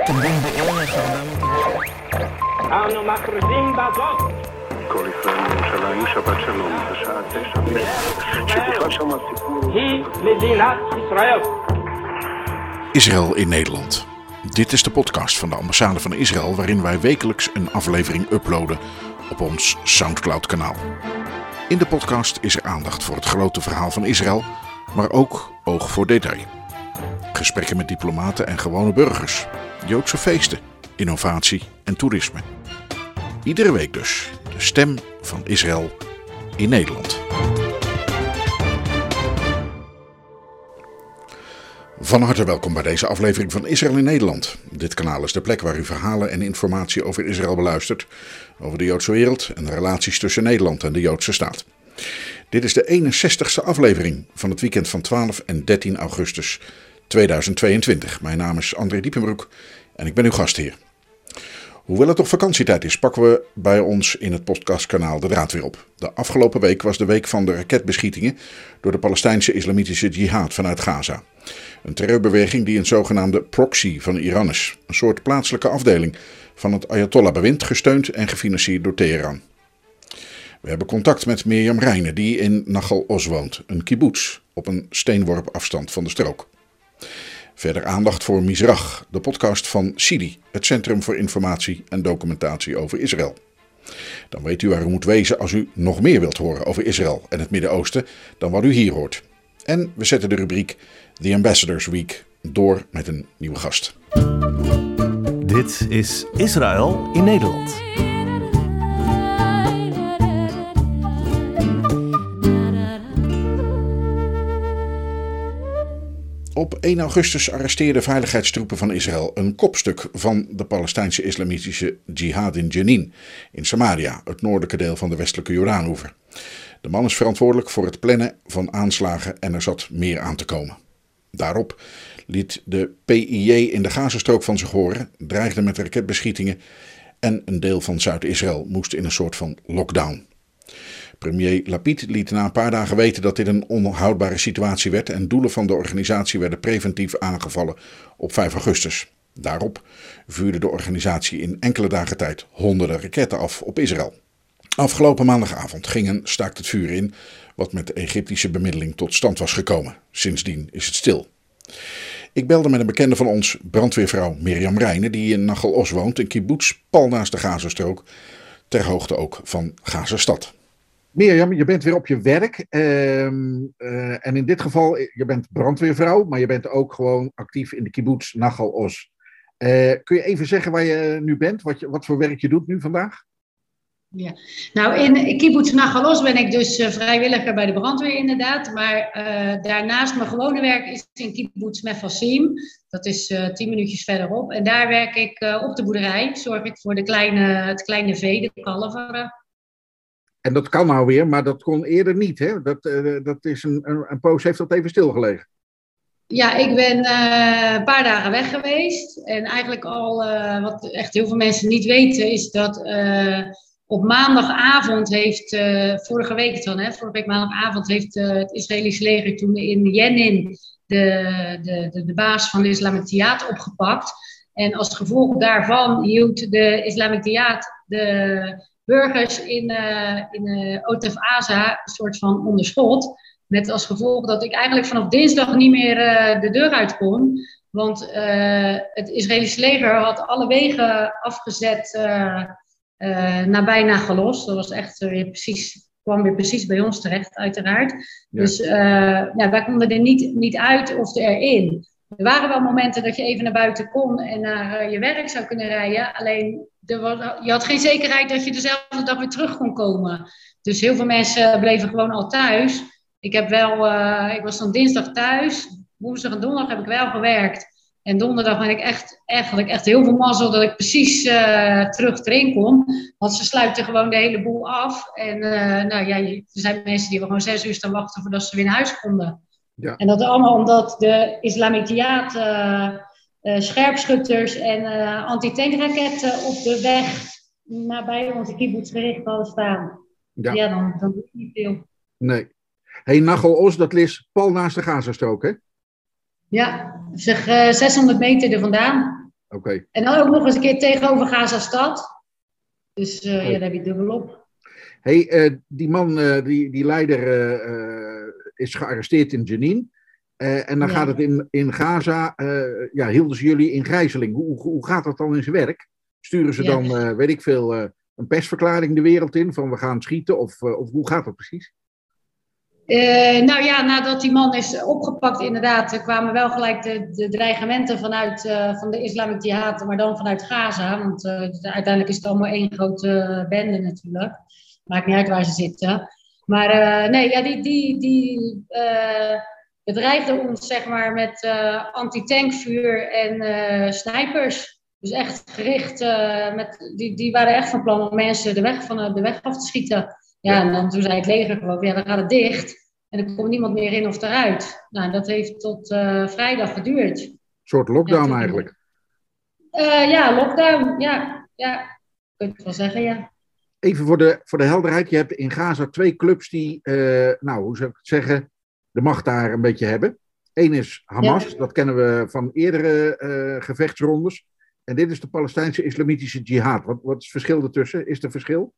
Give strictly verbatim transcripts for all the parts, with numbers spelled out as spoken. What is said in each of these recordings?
תקדם בערך ארבע מאות אלף. אנו מכריזים בזאת. כל ישראל ירושלים, שבת שלום, בשעה תשע. שכחה שם הסיפור. היא מדינת ישראל. Israël in Nederland. Dit is de podcast van de ambassade van Israël, waarin wij wekelijks een aflevering uploaden op ons Soundcloud-kanaal. In de podcast is er aandacht voor het grote verhaal van Israël, maar ook oog voor detail. Gesprekken met diplomaten en gewone burgers, Joodse feesten, innovatie en toerisme. Iedere week dus de stem van Israël in Nederland. Van harte welkom bij deze aflevering van Israël in Nederland. Dit kanaal is de plek waar u verhalen en informatie over Israël beluistert, over de Joodse wereld en de relaties tussen Nederland en de Joodse staat. Dit is de eenenzestigste aflevering van het weekend van twaalf en dertien augustus tweeduizend tweeëntwintig. Mijn naam is André Diepenbroek en ik ben uw gastheer. Hoewel het toch vakantietijd is, pakken we bij ons in het podcastkanaal de draad weer op. De afgelopen week was de week van de raketbeschietingen door de Palestijnse Islamitische Jihad vanuit Gaza. Een terreurbeweging die een zogenaamde proxy van Iran is. Een soort plaatselijke afdeling van het Ayatollah-bewind, gesteund en gefinancierd door Teheran. We hebben contact met Mirjam Reijnen, die in Nachal Oz woont, een kibbutz op een steenworp afstand van de strook. Verder aandacht voor Mizrach, de podcast van Sidi, het Centrum voor Informatie en Documentatie over Israël. Dan weet u waar u moet wezen als u nog meer wilt horen over Israël en het Midden-Oosten dan wat u hier hoort. En we zetten de rubriek The Ambassadors Week door met een nieuwe gast. Dit is Israël in Nederland. Op één augustus arresteerden veiligheidstroepen van Israël een kopstuk van de Palestijnse Islamitische Jihad in Jenin, in Samaria, het noordelijke deel van de westelijke Jordaanoever. De man is verantwoordelijk voor het plannen van aanslagen en er zat meer aan te komen. Daarop liet de P I J in de Gazastrook van zich horen, dreigde met raketbeschietingen en een deel van Zuid-Israël moest in een soort van lockdown. Premier Lapid liet na een paar dagen weten dat dit een onhoudbare situatie werd en doelen van de organisatie werden preventief aangevallen op vijf augustus. Daarop vuurde de organisatie in enkele dagen tijd honderden raketten af op Israël. Afgelopen maandagavond ging een staakt het vuur in, wat met de Egyptische bemiddeling tot stand was gekomen. Sindsdien is het stil. Ik belde met een bekende van ons, brandweervrouw Mirjam Reijnen, die in Nachal Oz woont, een kibbutz pal naast de Gazastrook, ter hoogte ook van Gazastad. Mirjam, je bent weer op je werk uh, uh, en in dit geval, je bent brandweervrouw, maar je bent ook gewoon actief in de kibbutz Nachal Oz. Uh, kun je even zeggen waar je nu bent, wat, je, wat voor werk je doet nu vandaag? Ja, nou in kibbutz Nachal Oz ben ik dus uh, vrijwilliger bij de brandweer inderdaad, maar uh, daarnaast mijn gewone werk is in kibbutz Mefasim, dat is uh, tien minuutjes verderop en daar werk ik uh, op de boerderij, zorg ik voor de kleine, het kleine vee, de kalveren. En dat kan nou weer, maar dat kon eerder niet, hè? Dat, uh, dat is een, een, een poos heeft dat even stilgelegen. Ja, ik ben uh, een paar dagen weg geweest. En eigenlijk al, uh, wat echt heel veel mensen niet weten, is dat uh, op maandagavond heeft, uh, vorige week dan, hè, vorige week maandagavond heeft uh, het Israëlische leger toen in Jenin de, de, de, de baas van de Islamic Jihad opgepakt. En als gevolg daarvan hield de Islamic Jihad de burgers in, uh, in uh, Otef Aza een soort van onder schot. Met als gevolg dat ik eigenlijk vanaf dinsdag niet meer uh, de deur uit kon. Want uh, het Israëlische leger had alle wegen afgezet uh, uh, nabij Nachal Oz. Dat was echt uh, weer precies, kwam weer precies bij ons terecht, uiteraard. Ja. Dus uh, ja, wij konden er niet, niet uit of erin. Er waren wel momenten dat je even naar buiten kon en naar uh, je werk zou kunnen rijden. Alleen er was, je had geen zekerheid dat je dezelfde dag weer terug kon komen. Dus heel veel mensen bleven gewoon al thuis. Ik, heb wel, uh, ik was dan dinsdag thuis. Woensdag en donderdag heb ik wel gewerkt. En donderdag ben ik echt, eigenlijk echt heel veel mazzel dat ik precies uh, terug erin kon. Want ze sluiten gewoon de hele boel af. En uh, nou, ja, er zijn mensen die gewoon zes uur staan wachten voordat ze weer naar huis konden. Ja. En dat allemaal omdat de Islamic Jihad uh, uh, scherpschutters en uh, anti-tankraketten op de weg nabij onze kibbutz gericht hadden staan. Ja, ja dan, dan doe je niet veel. Nee. Hey, Nachal Oz, dat ligt pal naast de Gazastrook, hè? Ja, zeg uh, zeshonderd meter er vandaan. Oké. Okay. En dan ook nog eens een keer tegenover Gaza-stad. Dus uh, okay. ja, daar heb je dubbel op. Hey, uh, die man, uh, die, die leider, uh, uh, is gearresteerd in Jenin. Uh, en dan ja. gaat het in, in Gaza, uh, ja, hielden ze jullie in gijzeling. Hoe, hoe gaat dat dan in zijn werk? Sturen ze ja. dan, uh, weet ik veel, uh, een persverklaring de wereld in van we gaan schieten? Of, uh, of hoe gaat dat precies? Uh, nou ja, nadat die man is opgepakt inderdaad, kwamen wel gelijk de, de dreigementen vanuit uh, van de Islamic Jihad, maar dan vanuit Gaza. Want uh, uiteindelijk is het allemaal één grote bende natuurlijk. Maakt niet uit waar ze zitten. Maar uh, nee, ja, die, die, die uh, bedreigden ons zeg maar met uh, anti-tankvuur en uh, snipers. Dus echt gericht, uh, met, die, die waren echt van plan om mensen de weg, van de weg af te schieten. Ja, en dan toen zei het leger gewoon, ja, dan gaat het dicht. En er komt niemand meer in of eruit. Nou, dat heeft tot uh, vrijdag geduurd. Een soort lockdown ja, eigenlijk. Uh, ja, lockdown, ja. ja. Kun je het wel zeggen, ja. Even voor de, voor de helderheid. Je hebt in Gaza twee clubs die, uh, nou, hoe zou ik het zeggen, de macht daar een beetje hebben. Eén is Hamas, ja. Dat kennen we van eerdere uh, gevechtsrondes. En dit is de Palestijnse Islamitische Jihad. Wat, wat is het verschil ertussen? Is er verschil?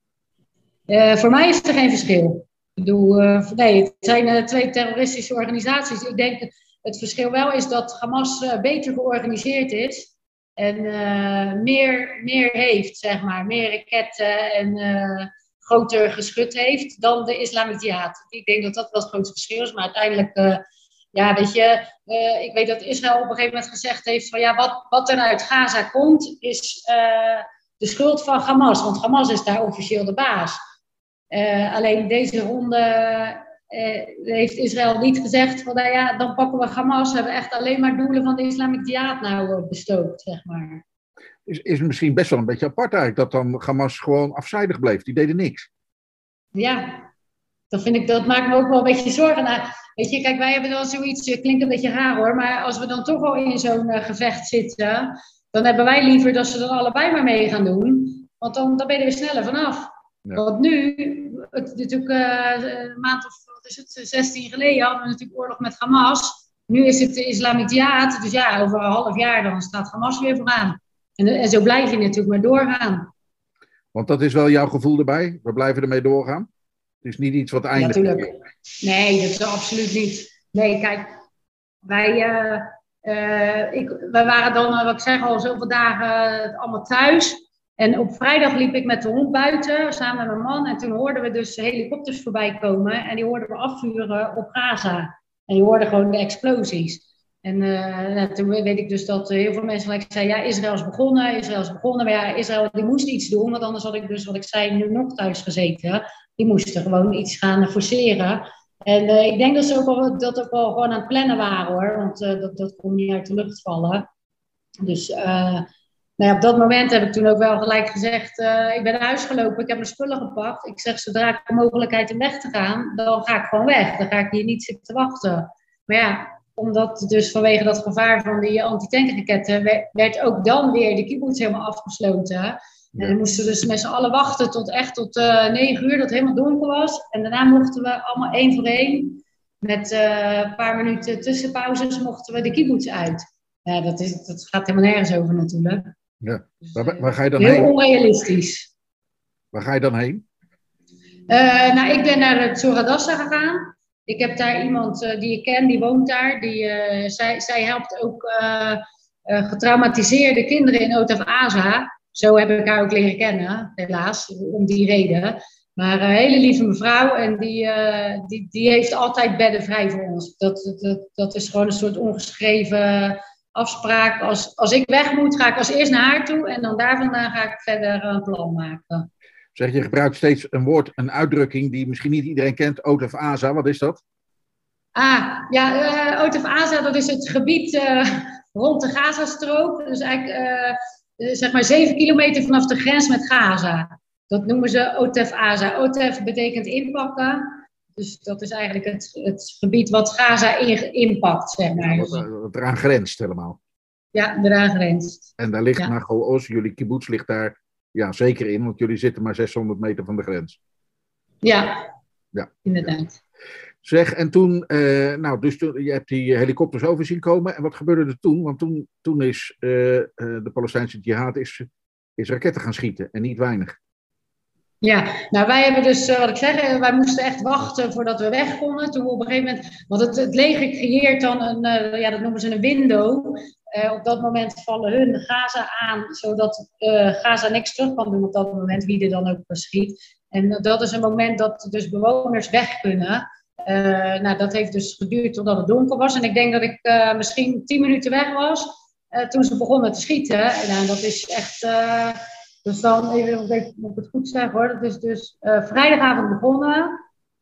Uh, voor mij is er geen verschil. Ik bedoel, uh, nee, het zijn uh, twee terroristische organisaties. Ik denk het verschil wel is dat Hamas uh, beter georganiseerd is. En uh, meer, meer heeft, zeg maar. Meer raketten en uh, groter geschut heeft dan de Islamic Jihad. Ik denk dat dat wel het grootste verschil is. Maar uiteindelijk, uh, ja, weet je, uh, ik weet dat Israël op een gegeven moment gezegd heeft van ja, wat, wat er uit Gaza komt is uh, de schuld van Hamas. Want Hamas is daar officieel de baas. Uh, alleen deze ronde uh, heeft Israël niet gezegd van nou ja, dan pakken we Hamas. We hebben echt alleen maar doelen van de Islamic Jihad nou bestookt, zeg maar. Is, is misschien best wel een beetje apart eigenlijk dat dan Hamas gewoon afzijdig bleef. Die deden niks. Ja, dat, vind ik, dat maakt me ook wel een beetje zorgen. Nou, weet je, kijk, wij hebben dan zoiets, het klinkt een beetje raar hoor, maar als we dan toch al in zo'n uh, gevecht zitten, dan hebben wij liever dat ze er allebei maar mee gaan doen. Want dan, dan ben je er weer sneller vanaf. Ja. Want nu, het, natuurlijk uh, een maand of wat is het, zestien geleden hadden we natuurlijk oorlog met Hamas. Nu is het de Islamic Jihad, dus ja, over een half jaar dan staat Hamas weer vooraan. En, en zo blijf je natuurlijk maar doorgaan. Want dat is wel jouw gevoel erbij? We blijven ermee doorgaan? Het is niet iets wat eindigt? Ja, natuurlijk. Nee, dat is absoluut niet. Nee, kijk, wij, uh, uh, ik, wij waren dan, uh, wat ik zeg, al zoveel dagen uh, allemaal thuis. En op vrijdag liep ik met de hond buiten, samen met mijn man. En toen hoorden we dus helikopters voorbij komen. En die hoorden we afvuren op Gaza. En je hoorde gewoon de explosies. En uh, nou, toen weet ik dus dat uh, heel veel mensen like, zeiden, ja, Israël is begonnen, Israël is begonnen. Maar ja, Israël die moest iets doen, want anders had ik dus, wat ik zei, nu nog thuis gezeten. Die moesten gewoon iets gaan forceren. En uh, ik denk dat ze ook wel, dat ook wel gewoon aan het plannen waren, hoor. Want uh, dat, dat kon niet uit de lucht vallen. Dus... Uh, Nou ja, op dat moment heb ik toen ook wel gelijk gezegd, uh, ik ben naar huis gelopen, ik heb mijn spullen gepakt. Ik zeg, zodra ik de mogelijkheid om weg te gaan, dan ga ik gewoon weg. Dan ga ik hier niet zitten wachten. Maar ja, omdat dus vanwege dat gevaar van die anti-tankraketten werd, werd ook dan weer de kibbutz helemaal afgesloten. Ja. En dan moesten we dus met z'n allen wachten tot echt tot uh, negen uur, dat het helemaal donker was. En daarna mochten we allemaal één voor één, met uh, een paar minuten tussenpauzes, mochten we de kibbutz uit. Ja, dat, is, dat gaat helemaal nergens over natuurlijk. Ja. Waar, waar ga je dan heel heen? Heel onrealistisch. Waar ga je dan heen? Uh, nou, ik ben naar het Zoradassa gegaan. Ik heb daar iemand uh, die ik ken, die woont daar. Die, uh, zij, zij helpt ook uh, uh, getraumatiseerde kinderen in Otaf Aza. Zo heb ik haar ook leren kennen, helaas, om die reden. Maar een uh, hele lieve mevrouw en die, uh, die, die heeft altijd bedden vrij voor ons. Dat, dat, dat is gewoon een soort ongeschreven... afspraak. Als, als ik weg moet, ga ik als eerst naar haar toe en dan daar vandaan ga ik verder een plan maken. Zeg, je gebruikt steeds een woord, een uitdrukking die misschien niet iedereen kent. Otaf Aza, wat is dat? Ah, ja, uh, Otaf Aza, dat is het gebied uh, rond de Gazastrook. Dus eigenlijk uh, zeg maar zeven kilometer vanaf de grens met Gaza. Dat noemen ze Otaf Aza. Otaf betekent inpakken. Dus dat is eigenlijk het, het gebied wat Gaza in, inpakt, zeg maar. Ja, wat, wat eraan grenst helemaal. Ja, eraan grenst. En daar ligt ja. Nagel Oz, jullie kibbutz ligt daar ja, zeker in, want jullie zitten maar zeshonderd meter van de grens. Ja, ja. inderdaad. Zeg, en toen, uh, nou, dus toen, je hebt die helikopters over zien komen. En wat gebeurde er toen? Want toen, toen is uh, uh, de Palestijnse jihad is, is raketten gaan schieten en niet weinig. Ja, nou wij hebben dus, uh, wat ik zeg, wij moesten echt wachten voordat we weg konden. Toen we op een gegeven moment, want het, het leger creëert dan een, uh, ja dat noemen ze een window. Uh, op dat moment vallen hun Gaza aan, zodat uh, Gaza niks terug kan doen op dat moment, wie er dan ook schiet. En uh, dat is een moment dat dus bewoners weg kunnen. Uh, nou, dat heeft dus geduurd totdat het donker was. En ik denk dat ik uh, misschien tien minuten weg was uh, toen ze begonnen te schieten. En uh, dat is echt... Uh, dus dan, even moet ik het goed zeggen hoor. Dat is dus uh, vrijdagavond begonnen.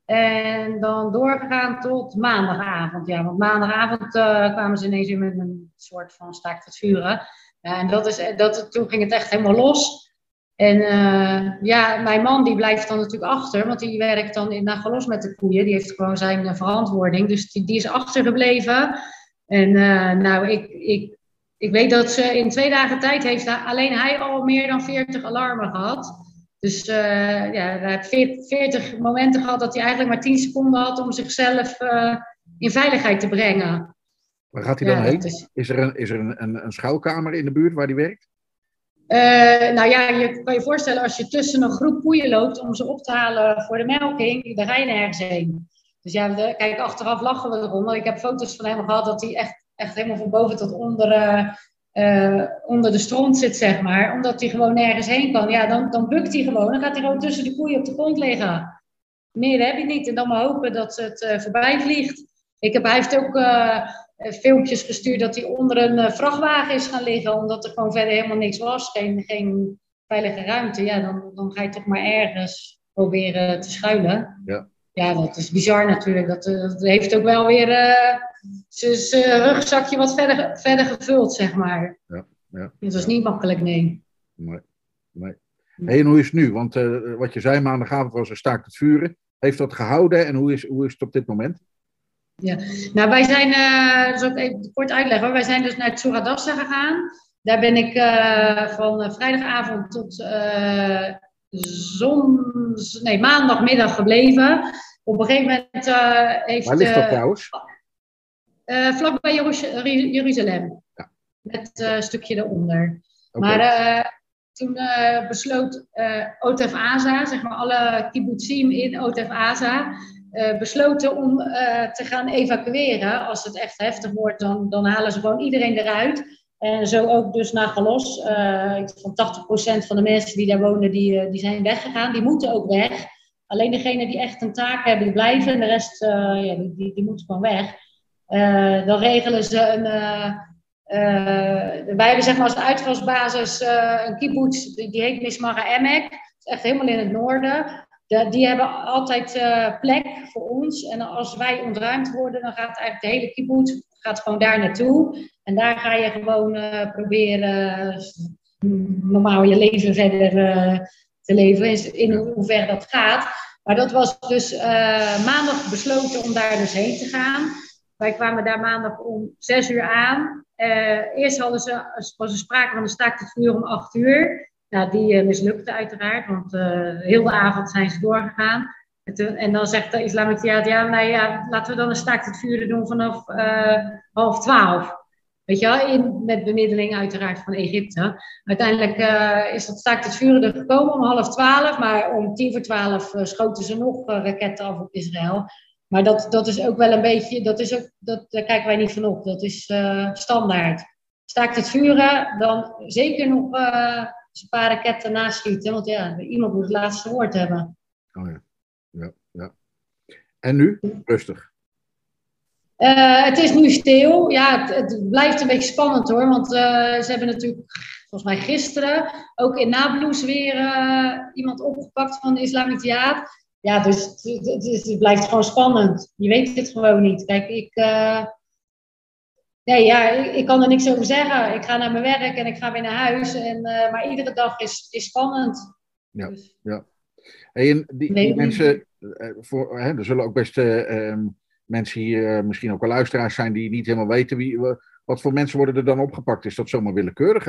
En dan doorgegaan tot maandagavond. Ja, want maandagavond uh, kwamen ze ineens weer met een soort van staakt het vuren. Uh, en dat is, dat, toen ging het echt helemaal los. En uh, ja, mijn man die blijft dan natuurlijk achter, want die werkt dan in Nagelos met de koeien. Die heeft gewoon zijn uh, verantwoording, dus die, die is achtergebleven. En uh, nou, ik, ik, ik weet dat ze in twee dagen tijd heeft alleen hij al meer dan veertig alarmen gehad. Dus uh, ja, hij heeft veertig momenten gehad dat hij eigenlijk maar tien seconden had om zichzelf uh, in veiligheid te brengen. Waar gaat hij dan ja, heen? Is... is er, een, is er een, een, een schuilkamer in de buurt waar hij werkt? Uh, nou ja, je kan je voorstellen als je tussen een groep koeien loopt om ze op te halen voor de melking, dan ga je nergens heen. Dus ja, de, kijk, achteraf lachen we erom, want ik heb foto's van hem gehad dat hij echt, echt helemaal van boven tot onder, uh, uh, onder de stront zit, zeg maar. Omdat hij gewoon nergens heen kan. Ja, dan, dan bukt hij gewoon, dan gaat hij gewoon tussen de koeien op de grond liggen. Meer heb je niet en dan maar hopen dat het uh, voorbij vliegt. Ik heb, hij heeft ook... Uh, filmpjes gestuurd dat hij onder een uh, vrachtwagen is gaan liggen, omdat er gewoon verder helemaal niks was, geen, geen veilige ruimte. Ja, dan, dan ga je toch maar ergens proberen te schuilen. Ja, ja dat is bizar natuurlijk. Dat, uh, dat heeft ook wel weer uh, zijn rugzakje wat verder, verder gevuld, zeg maar. Ja, ja. Het was niet makkelijk, nee. Nee, nee. Hey, en hoe is het nu? Want uh, wat je zei, maandagavond was er staakt het vuren. Heeft dat gehouden en hoe is, hoe is het op dit moment? Ja, nou wij zijn, uh, dat is ook even kort uitleggen hoor, wij zijn dus naar Tsuradassa gegaan. Daar ben ik uh, van uh, vrijdagavond tot uh, zon, nee, maandagmiddag gebleven. Op een gegeven moment uh, heeft... Waar ligt dat uh, trouwens? Uh, vlakbij Jeruz- Jeruzalem. Ja. Met uh, een stukje daaronder. Okay. Maar uh, toen uh, besloot uh, Otef Aza, zeg maar alle kibbutzim in Otef Aza... Uh, besloten om uh, te gaan evacueren. Als het echt heftig wordt, dan, dan halen ze gewoon iedereen eruit. En zo ook dus naar Galos. Uh, van tachtig procent van de mensen die daar wonen, die, uh, die zijn weggegaan. Die moeten ook weg. Alleen degenen die echt een taak hebben, die blijven. En de rest, uh, ja, die, die, die moeten gewoon weg. Uh, dan regelen ze een... Uh, uh, wij hebben zeg maar als uitvalsbasis uh, een kibbutz, die, die heet Mismara Emek. Dat is echt helemaal in het noorden. De, die hebben altijd uh, plek voor ons. En als wij ontruimd worden, dan gaat eigenlijk de hele kibbutz gaat gewoon daar naartoe. En daar ga je gewoon uh, proberen uh, normaal je leven verder uh, te leven. In, in hoeverre dat gaat. Maar dat was dus uh, maandag besloten om daar dus heen te gaan. Wij kwamen daar maandag om zes uur aan. Uh, eerst hadden ze, was er sprake van een staakt het vuur om acht uur. Nou, die uh, mislukte uiteraard, want uh, heel de avond zijn ze doorgegaan. En, toen, en dan zegt de Islamitische Jihad, ja, nou ja, laten we dan een staakt het vuren doen vanaf uh, half twaalf. Weet je wel, in, met bemiddeling uiteraard van Egypte. Uiteindelijk uh, is dat staakt het vuren er gekomen om half twaalf, maar om tien voor twaalf uh, schoten ze nog uh, raketten af op Israël. Maar dat, dat is ook wel een beetje, dat is ook, dat, daar kijken wij niet van op, dat is uh, standaard. Staakt het vuren, dan zeker nog... Uh, een paar raketten naschieten, want ja, iemand moet het laatste woord hebben. Oh ja, ja, ja. En nu? Rustig. Uh, het is nu stil. Ja, het, het blijft een beetje spannend hoor, want uh, ze hebben natuurlijk, volgens mij gisteren, ook in Nablus weer uh, iemand opgepakt van de Islamitische Jihad. Ja, dus het, het, het, het blijft gewoon spannend. Je weet het gewoon niet. Kijk, ik... Uh, Nee, ja, ik, ik kan er niks over zeggen. Ik ga naar mijn werk en ik ga weer naar huis. En, uh, maar iedere dag is, is spannend. Ja, dus. ja. Hey, en die, die mensen, uh, voor, hè, er zullen ook best uh, um, mensen hier, uh, misschien ook wel luisteraars zijn die niet helemaal weten wie, uh, wat voor mensen worden er dan opgepakt. Is dat zomaar willekeurig?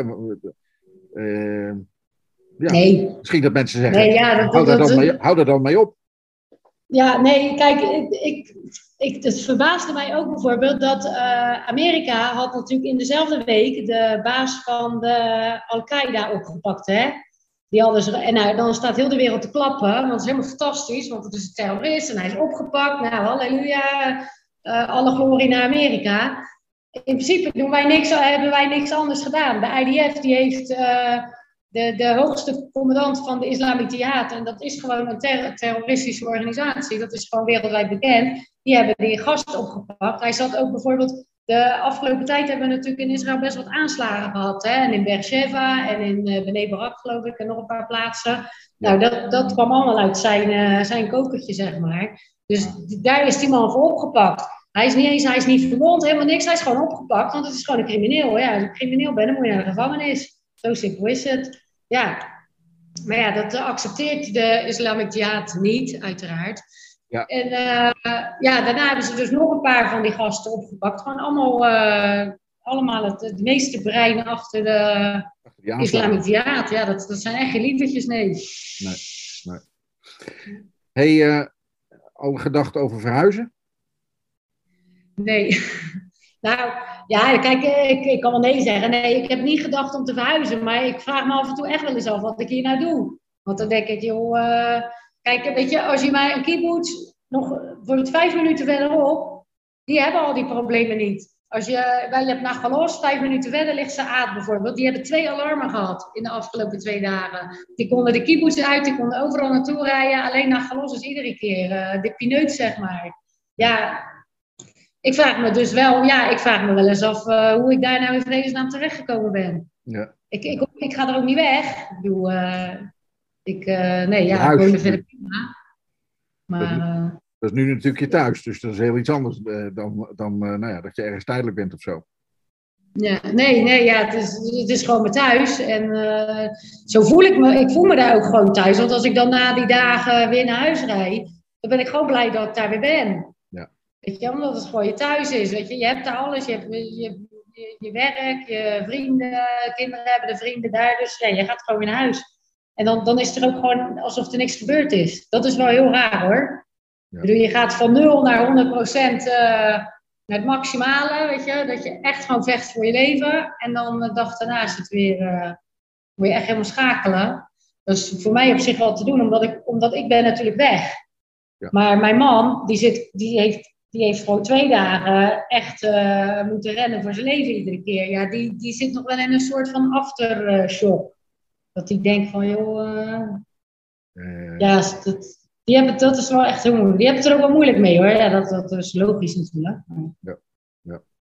Uh, ja, nee. Misschien dat mensen zeggen, nee, ja, dat, hou, dat, daar dan dat, mee, hou daar dan mee op. Ja, nee, kijk, ik... ik ik, het verbaasde mij ook bijvoorbeeld dat uh, Amerika had natuurlijk in dezelfde week de baas van de Al-Qaeda opgepakt, hè. Die hadden ze, en nou, dan staat heel de wereld te klappen, want het is helemaal fantastisch, want het is een terrorist en hij is opgepakt. Nou, halleluja, uh, alle glorie naar Amerika. In principe doen wij niks, hebben wij niks anders gedaan. De I D F die heeft uh, de, de hoogste commandant van de Islamic Jihad, en dat is gewoon een ter- terroristische organisatie, dat is gewoon wereldwijd bekend. Die hebben die gast opgepakt. Hij zat ook bijvoorbeeld... De afgelopen tijd hebben we natuurlijk in Israël best wat aanslagen gehad. Hè? En in Beersheva en in uh, Bnei Barak, geloof ik, en nog een paar plaatsen. Nou, dat, dat kwam allemaal uit zijn, uh, zijn kokertje, zeg maar. Dus d- daar is die man voor opgepakt. Hij is niet eens, hij is niet verwond, helemaal niks. Hij is gewoon opgepakt, want het is gewoon een crimineel. Ja, als je een crimineel bent, dan moet je naar de gevangenis. Zo simpel is het. Ja, maar ja, dat uh, accepteert de Islamic Jihad niet, uiteraard. Ja. En uh, ja, daarna hebben ze dus nog een paar van die gasten opgepakt. Gewoon allemaal, uh, allemaal het, het meeste brein achter de Islamic Jihad. Ja, dat, dat zijn echt geen lievertjes, nee. Nee, nee. Hey, uh, al gedacht over verhuizen? Nee. Nou, ja, kijk, ik, ik kan wel nee zeggen. Nee, ik heb niet gedacht om te verhuizen. Maar ik vraag me af en toe echt wel eens af wat ik hier nou doe. Want dan denk ik, joh... Uh, Kijk, weet je, als je maar een kibbutz nog voor het vijf minuten verderop, die hebben al die problemen niet. Als je, wij hebt Nachbalos, vijf minuten verder ligt Saad bijvoorbeeld. Die hebben twee alarmen gehad in de afgelopen twee dagen. Die konden de kibbutz uit, die konden overal naartoe rijden. Alleen Nachbalos is iedere keer uh, de pineut, zeg maar. Ja, ik vraag me dus wel, ja, ik vraag me wel eens af uh, hoe ik daar nou in vredesnaam terechtgekomen ben. Ja. Ik, ik, ik ga er ook niet weg. Ik bedoel... Uh, Ik, uh, nee, ja, ik woon er verder prima. Maar, dat, is, uh, dat is nu natuurlijk je thuis, dus dat is heel iets anders uh, dan, dan uh, nou ja, dat je ergens tijdelijk bent of zo. Ja, nee, nee, ja, het is, het is gewoon mijn thuis. En uh, zo voel ik me, ik voel me daar ook gewoon thuis. Want als ik dan na die dagen weer naar huis rijd, dan ben ik gewoon blij dat ik daar weer ben. Ja. Weet je, omdat het gewoon je thuis is. Weet je, je hebt daar alles, je hebt je, je, je, je werk, je vrienden, kinderen hebben de vrienden daar. Dus ja, je gaat gewoon weer naar huis. En dan, dan is het er ook gewoon alsof er niks gebeurd is. Dat is wel heel raar, hoor. Ja. Ik bedoel, je gaat van nul naar honderd procent uh, naar het maximale, weet je. Dat je echt gewoon vecht voor je leven. En dan de dag daarna is het weer, uh, moet je echt helemaal schakelen. Dat is voor mij op zich wel te doen, omdat ik, omdat ik ben natuurlijk weg. Ja. Maar mijn man, die, zit, die, heeft, die heeft gewoon twee dagen echt uh, moeten rennen voor zijn leven iedere keer. Ja, die, die zit nog wel in een soort van aftershock. Dat ik denk van, joh, uh, uh, ja, dat, die hebben, dat is wel echt heel moeilijk. Die hebben het er ook wel moeilijk mee, hoor. Ja, dat, dat is logisch natuurlijk. Ja, ja.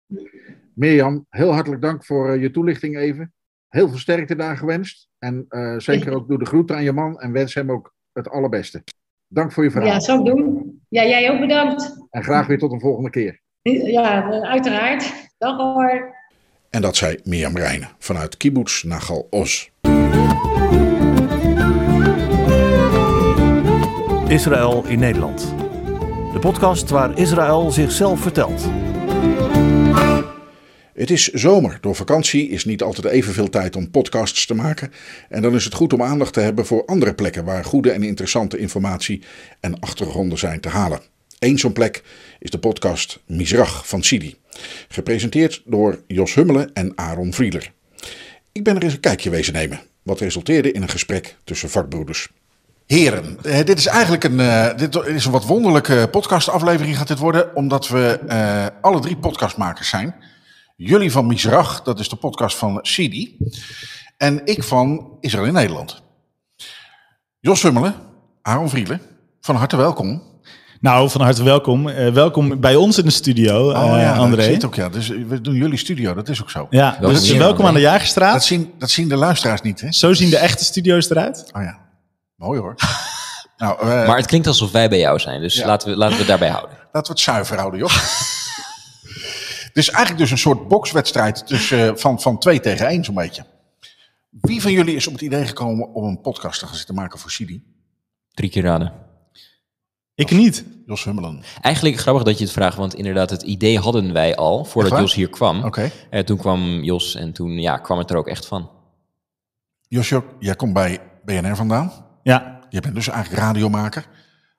Mirjam, heel hartelijk dank voor uh, je toelichting even. Heel veel sterkte daar gewenst. En uh, zeker ook doe de groeten aan je man en wens hem ook het allerbeste. Dank voor je verhaal. Ja, zal ik doen. Ja, jij ook bedankt. En graag weer tot een volgende keer. Ja, uiteraard. Dag hoor. En dat zei Mirjam Reijnen vanuit Kibbutz Nachal Oz. Israël in Nederland. De podcast waar Israël zichzelf vertelt. Het is zomer. Door vakantie is niet altijd evenveel tijd om podcasts te maken. En dan is het goed om aandacht te hebben voor andere plekken waar goede en interessante informatie en achtergronden zijn te halen. Eén zo'n plek is de podcast Mizrach van Sidi. Gepresenteerd door Jos Hummelen en Aaron Vrieler. Ik ben er eens een kijkje wezen nemen. Wat resulteerde in een gesprek tussen vakbroeders. Heren, eh, dit is eigenlijk een, uh, dit is een wat wonderlijke podcastaflevering gaat dit worden. Omdat we uh, alle drie podcastmakers zijn. Jullie van Mizrach, dat is de podcast van Sidi. En ik van Israël in Nederland. Jos Hummelen, Aaron Vrieler, van harte welkom. Nou, van harte welkom. Uh, welkom bij ons in de studio, uh, oh, ja, André. Dat zit ook, ja. Dus we doen jullie studio, dat is ook zo. Ja, dus welkom, welkom aan de Jagerstraat. Dat zien, dat zien de luisteraars niet, hè? Zo zien de echte studio's eruit. Oh ja, mooi hoor. nou, uh, maar het klinkt alsof wij bij jou zijn, dus ja. laten, we, laten we het daarbij houden. Laten we het zuiver houden, joh. Dus eigenlijk dus een soort bokswedstrijd tussen, van, van twee tegen één zo'n beetje. Wie van jullie is op het idee gekomen om een podcast te gaan zitten maken voor Sidi? Drie keer raden. Ik niet. Jos Hummelen. Eigenlijk grappig dat je het vraagt, want inderdaad het idee hadden wij al voordat Jos hier kwam. Okay. Uh, toen kwam Jos en toen ja, kwam het er ook echt van. Jos, jij komt bij B N R vandaan. Ja. Je bent dus eigenlijk radiomaker.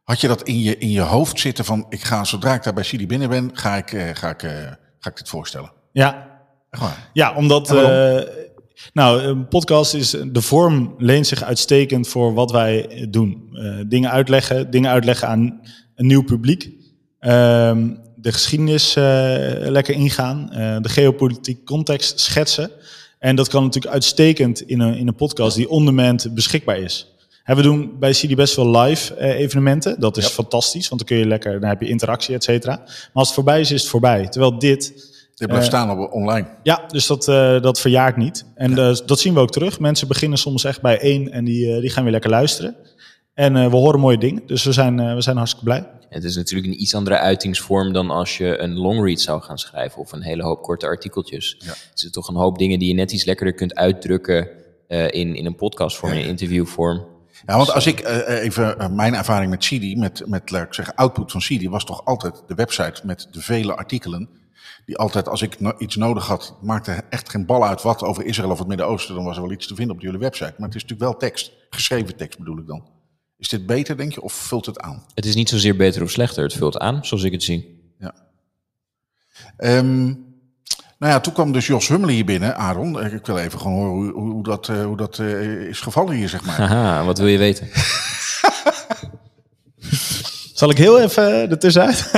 Had je dat in je, in je hoofd zitten van, ik ga, zodra ik daar bij Sidi binnen ben, ga ik, uh, ga ik, uh, ga ik dit voorstellen? Ja, Waar? ja omdat... Uh, nou, een podcast is... De vorm leent zich uitstekend voor wat wij doen. Uh, dingen uitleggen, dingen uitleggen aan een nieuw publiek. Uh, de geschiedenis uh, lekker ingaan. Uh, de geopolitieke context schetsen. En dat kan natuurlijk uitstekend in een, in een podcast die on demand beschikbaar is. En we doen bij Sidi best wel live uh, evenementen. Dat is ja. fantastisch, want dan kun je lekker, dan heb je interactie, et cetera. Maar als het voorbij is, is het voorbij. Terwijl dit... Dit blijft uh, staan op online. Ja, dus dat, uh, dat verjaart niet. En ja. uh, dat zien we ook terug. Mensen beginnen soms echt bij één en die, uh, die gaan weer lekker luisteren. En uh, we horen mooie dingen, dus we zijn, uh, we zijn hartstikke blij. Het is natuurlijk een iets andere uitingsvorm dan als je een longread zou gaan schrijven of een hele hoop korte artikeltjes. Ja. Het is toch een hoop dingen die je net iets lekkerder kunt uitdrukken uh, in, in een podcastvorm, ja. in een interviewvorm. Ja, want als ik uh, even uh, mijn ervaring met Sidi, met, met laat ik zeggen, output van Sidi, was toch altijd de website met de vele artikelen. Die altijd, als ik no- iets nodig had, maakte echt geen bal uit wat over Israël of het Midden-Oosten. Dan was er wel iets te vinden op jullie website. Maar het is natuurlijk wel tekst, geschreven tekst bedoel ik dan. Is dit beter, denk je, of vult het aan? Het is niet zozeer beter of slechter, het vult aan, zoals ik het zie. Ja. Um, nou ja, toen kwam dus Jos Hummelen hier binnen, Aaron. Ik wil even gewoon horen hoe, hoe dat, uh, hoe dat uh, is gevallen hier, zeg maar. Haha, wat wil je weten? Zal ik heel even ertussenuit?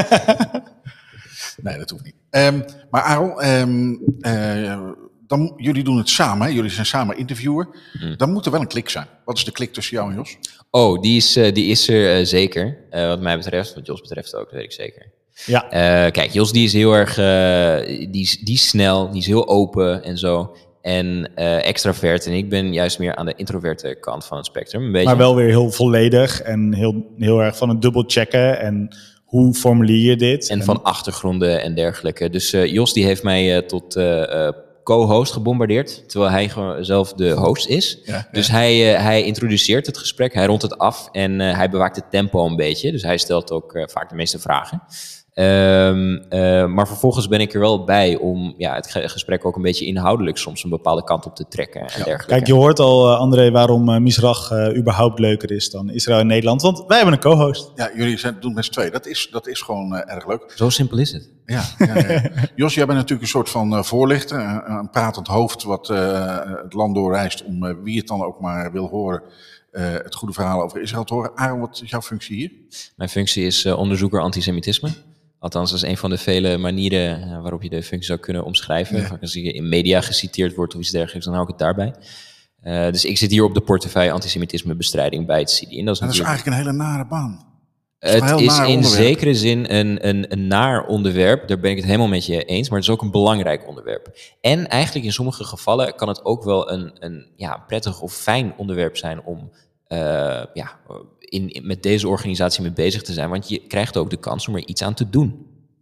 Nee, dat hoeft niet. Um, maar Aaron, um, uh, dan, jullie doen het samen, hè? Jullie zijn samen interviewer. Hmm. Dan moet er wel een klik zijn. Wat is de klik tussen jou en Jos? Oh, die is, uh, die is er uh, zeker. Uh, wat mij betreft, wat Jos betreft ook, dat weet ik zeker. Ja. Uh, kijk, Jos die is heel erg, uh, die, is, die is snel, die is heel open en zo. En uh, extravert. En ik ben juist meer aan de introverte kant van het spectrum. Een beetje. Maar wel weer heel volledig en heel, heel erg van het dubbelchecken en... Hoe formuleer je dit? En van achtergronden en dergelijke. Dus uh, Jos die heeft mij uh, tot uh, uh, co-host gebombardeerd. Terwijl hij gewoon zelf de host is. Ja, ja. Dus hij, uh, hij introduceert het gesprek. Hij rondt het af. En uh, hij bewaakt het tempo een beetje. Dus hij stelt ook uh, vaak de meeste vragen. Um, uh, maar vervolgens ben ik er wel bij om ja, het gesprek ook een beetje inhoudelijk soms een bepaalde kant op te trekken en ja. dergelijke. Kijk, je hoort al, uh, André, waarom uh, Misrach uh, überhaupt leuker is dan Israël en Nederland. Want wij hebben een co-host. Ja, jullie zijn, doen met z'n tweeën. Dat is, dat is gewoon uh, erg leuk. Zo simpel is het. Ja, ja, ja. Jos, jij bent natuurlijk een soort van uh, voorlichter. Uh, een pratend hoofd wat uh, het land doorreist om uh, wie het dan ook maar wil horen. Uh, het goede verhaal over Israël te horen. Aaron, wat is jouw functie hier? Mijn functie is uh, onderzoeker antisemitisme. Althans, dat is een van de vele manieren uh, waarop je de functie zou kunnen omschrijven. Ja. Als je in media geciteerd wordt of iets dergelijks, dan hou ik het daarbij. Uh, dus ik zit hier op de portefeuille antisemitismebestrijding bij het Sidi. En dat is, en dat is eigenlijk een hele nare baan. Het is, het is in onderwerp. zekere zin een, een, een naar onderwerp. Daar ben ik het helemaal met je eens. Maar het is ook een belangrijk onderwerp. En eigenlijk in sommige gevallen kan het ook wel een, een ja, prettig of fijn onderwerp zijn om... Uh, ja, in, in, met deze organisatie mee bezig te zijn. Want je krijgt ook de kans om er iets aan te doen.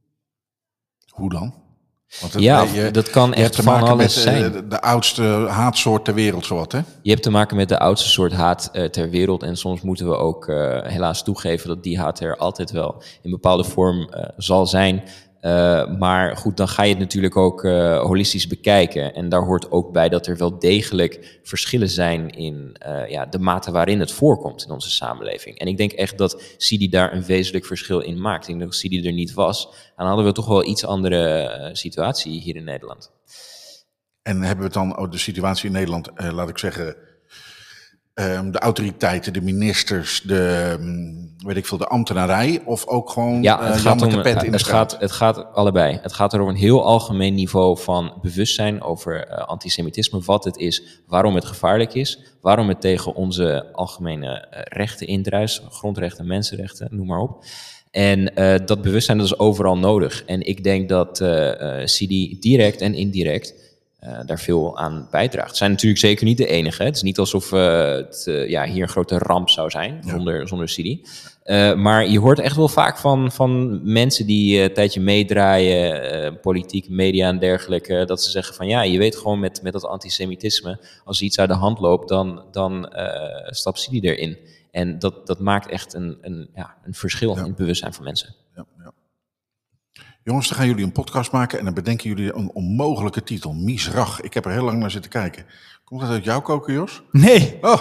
Hoe dan? Want het, ja, je, dat kan je echt hebt te van maken alles met zijn. De, de oudste haatsoort ter wereld, zowat, hè? Je hebt te maken met de oudste soort haat uh, ter wereld. En soms moeten we ook uh, helaas toegeven dat die haat er altijd wel in bepaalde vorm uh, zal zijn. Uh, maar goed, dan ga je het natuurlijk ook uh, holistisch bekijken. En daar hoort ook bij dat er wel degelijk verschillen zijn in uh, ja, de mate waarin het voorkomt in onze samenleving. En ik denk echt dat Sidi daar een wezenlijk verschil in maakt. Ik denk dat als Sidi er niet was, dan hadden we toch wel iets andere uh, situatie hier in Nederland. En hebben we dan ook de situatie in Nederland, uh, laat ik zeggen... Um, de autoriteiten, de ministers, de, um, weet ik veel, de ambtenarij of ook gewoon ja, het uh, gaat om, de pet in de het gaat, het gaat allebei. Het gaat er over een heel algemeen niveau van bewustzijn over uh, antisemitisme, wat het is, waarom het gevaarlijk is, waarom het tegen onze algemene uh, rechten indruist, grondrechten, mensenrechten, noem maar op. En uh, dat bewustzijn dat is overal nodig. En ik denk dat uh, uh, Sidi direct en indirect Uh, daar veel aan bijdraagt. Het zijn natuurlijk zeker niet de enige. Het is niet alsof uh, het uh, ja, hier een grote ramp zou zijn ja. zonder, zonder Sidi. Uh, maar je hoort echt wel vaak van, van mensen die uh, een tijdje meedraaien, uh, politiek, media en dergelijke, dat ze zeggen van ja, je weet gewoon met, met dat antisemitisme, als iets uit de hand loopt, dan, dan uh, stapt Sidi erin. En dat, dat maakt echt een, een, ja, een verschil ja. in het bewustzijn van mensen. Ja, ja. Jongens, dan gaan jullie een podcast maken en dan bedenken jullie een onmogelijke titel. Misrach. Ik heb er heel lang naar zitten kijken. Komt dat uit jouw koken, Jos? Nee. Oh.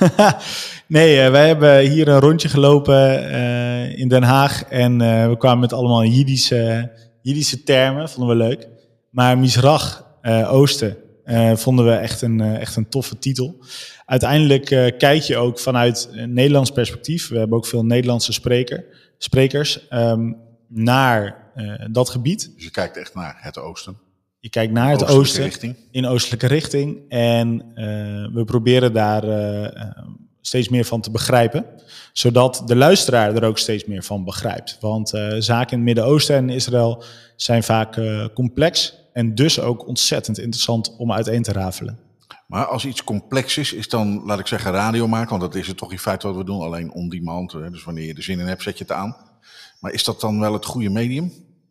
nee, uh, wij hebben hier een rondje gelopen uh, in Den Haag. En uh, we kwamen met allemaal Jiddische, Jiddische termen. Vonden we leuk. Maar Misrach, uh, Oosten, uh, vonden we echt een, uh, echt een toffe titel. Uiteindelijk uh, kijk je ook vanuit een Nederlands perspectief. We hebben ook veel Nederlandse spreker, sprekers um, naar uh, dat gebied. Dus je kijkt echt naar het oosten. Je kijkt naar het oostelijke oosten, richting. in oostelijke richting. En uh, we proberen daar uh, steeds meer van te begrijpen. Zodat de luisteraar er ook steeds meer van begrijpt. Want uh, zaken in het Midden-Oosten en Israël zijn vaak uh, complex. En dus ook ontzettend interessant om uiteen te rafelen. Maar als iets complex is, is dan, laat ik zeggen, radio maken. Want dat is het toch in feite wat we doen. Alleen on demand. Dus wanneer je er zin in hebt, zet je het aan. Maar is dat dan wel het goede medium?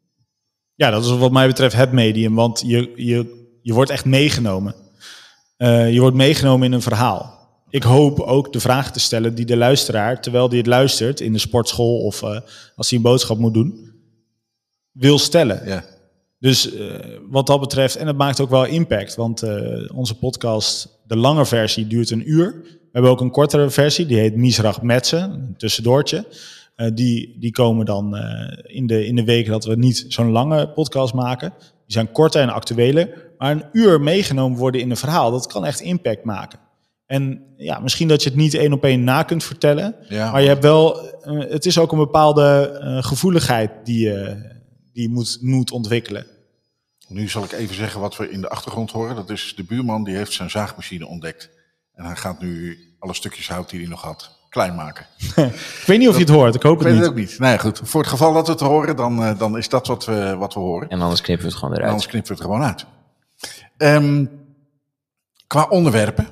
Ja, dat is wat mij betreft het medium. Want je, je, je wordt echt meegenomen. Uh, je wordt meegenomen in een verhaal. Ik hoop ook de vragen te stellen die de luisteraar, terwijl hij het luistert in de sportschool of uh, als hij een boodschap moet doen, wil stellen. Ja. Dus uh, wat dat betreft, en het maakt ook wel impact. Want uh, onze podcast, de lange versie, duurt een uur. We hebben ook een kortere versie, die heet Misrach Metze, een tussendoortje. Uh, die, die komen dan uh, in, de, in de weken dat we niet zo'n lange podcast maken. Die zijn korter en actueler. Maar een uur meegenomen worden in een verhaal, dat kan echt impact maken. En ja, misschien dat je het niet één op één na kunt vertellen. Ja, maar je hebt wel, uh, het is ook een bepaalde uh, gevoeligheid die je, die je moet, moet ontwikkelen. Nu zal ik even zeggen wat we in de achtergrond horen. Dat is de buurman die heeft zijn zaagmachine ontdekt. En hij gaat nu alle stukjes hout die hij nog had klein maken. Ik weet niet of je het hoort, ik hoop het ik niet. weet het ook niet. Nee, goed. Voor het geval dat we het horen, dan, uh, dan is dat wat we, wat we horen. En anders knippen we het gewoon En eruit. anders knippen we het gewoon uit. Um, qua onderwerpen.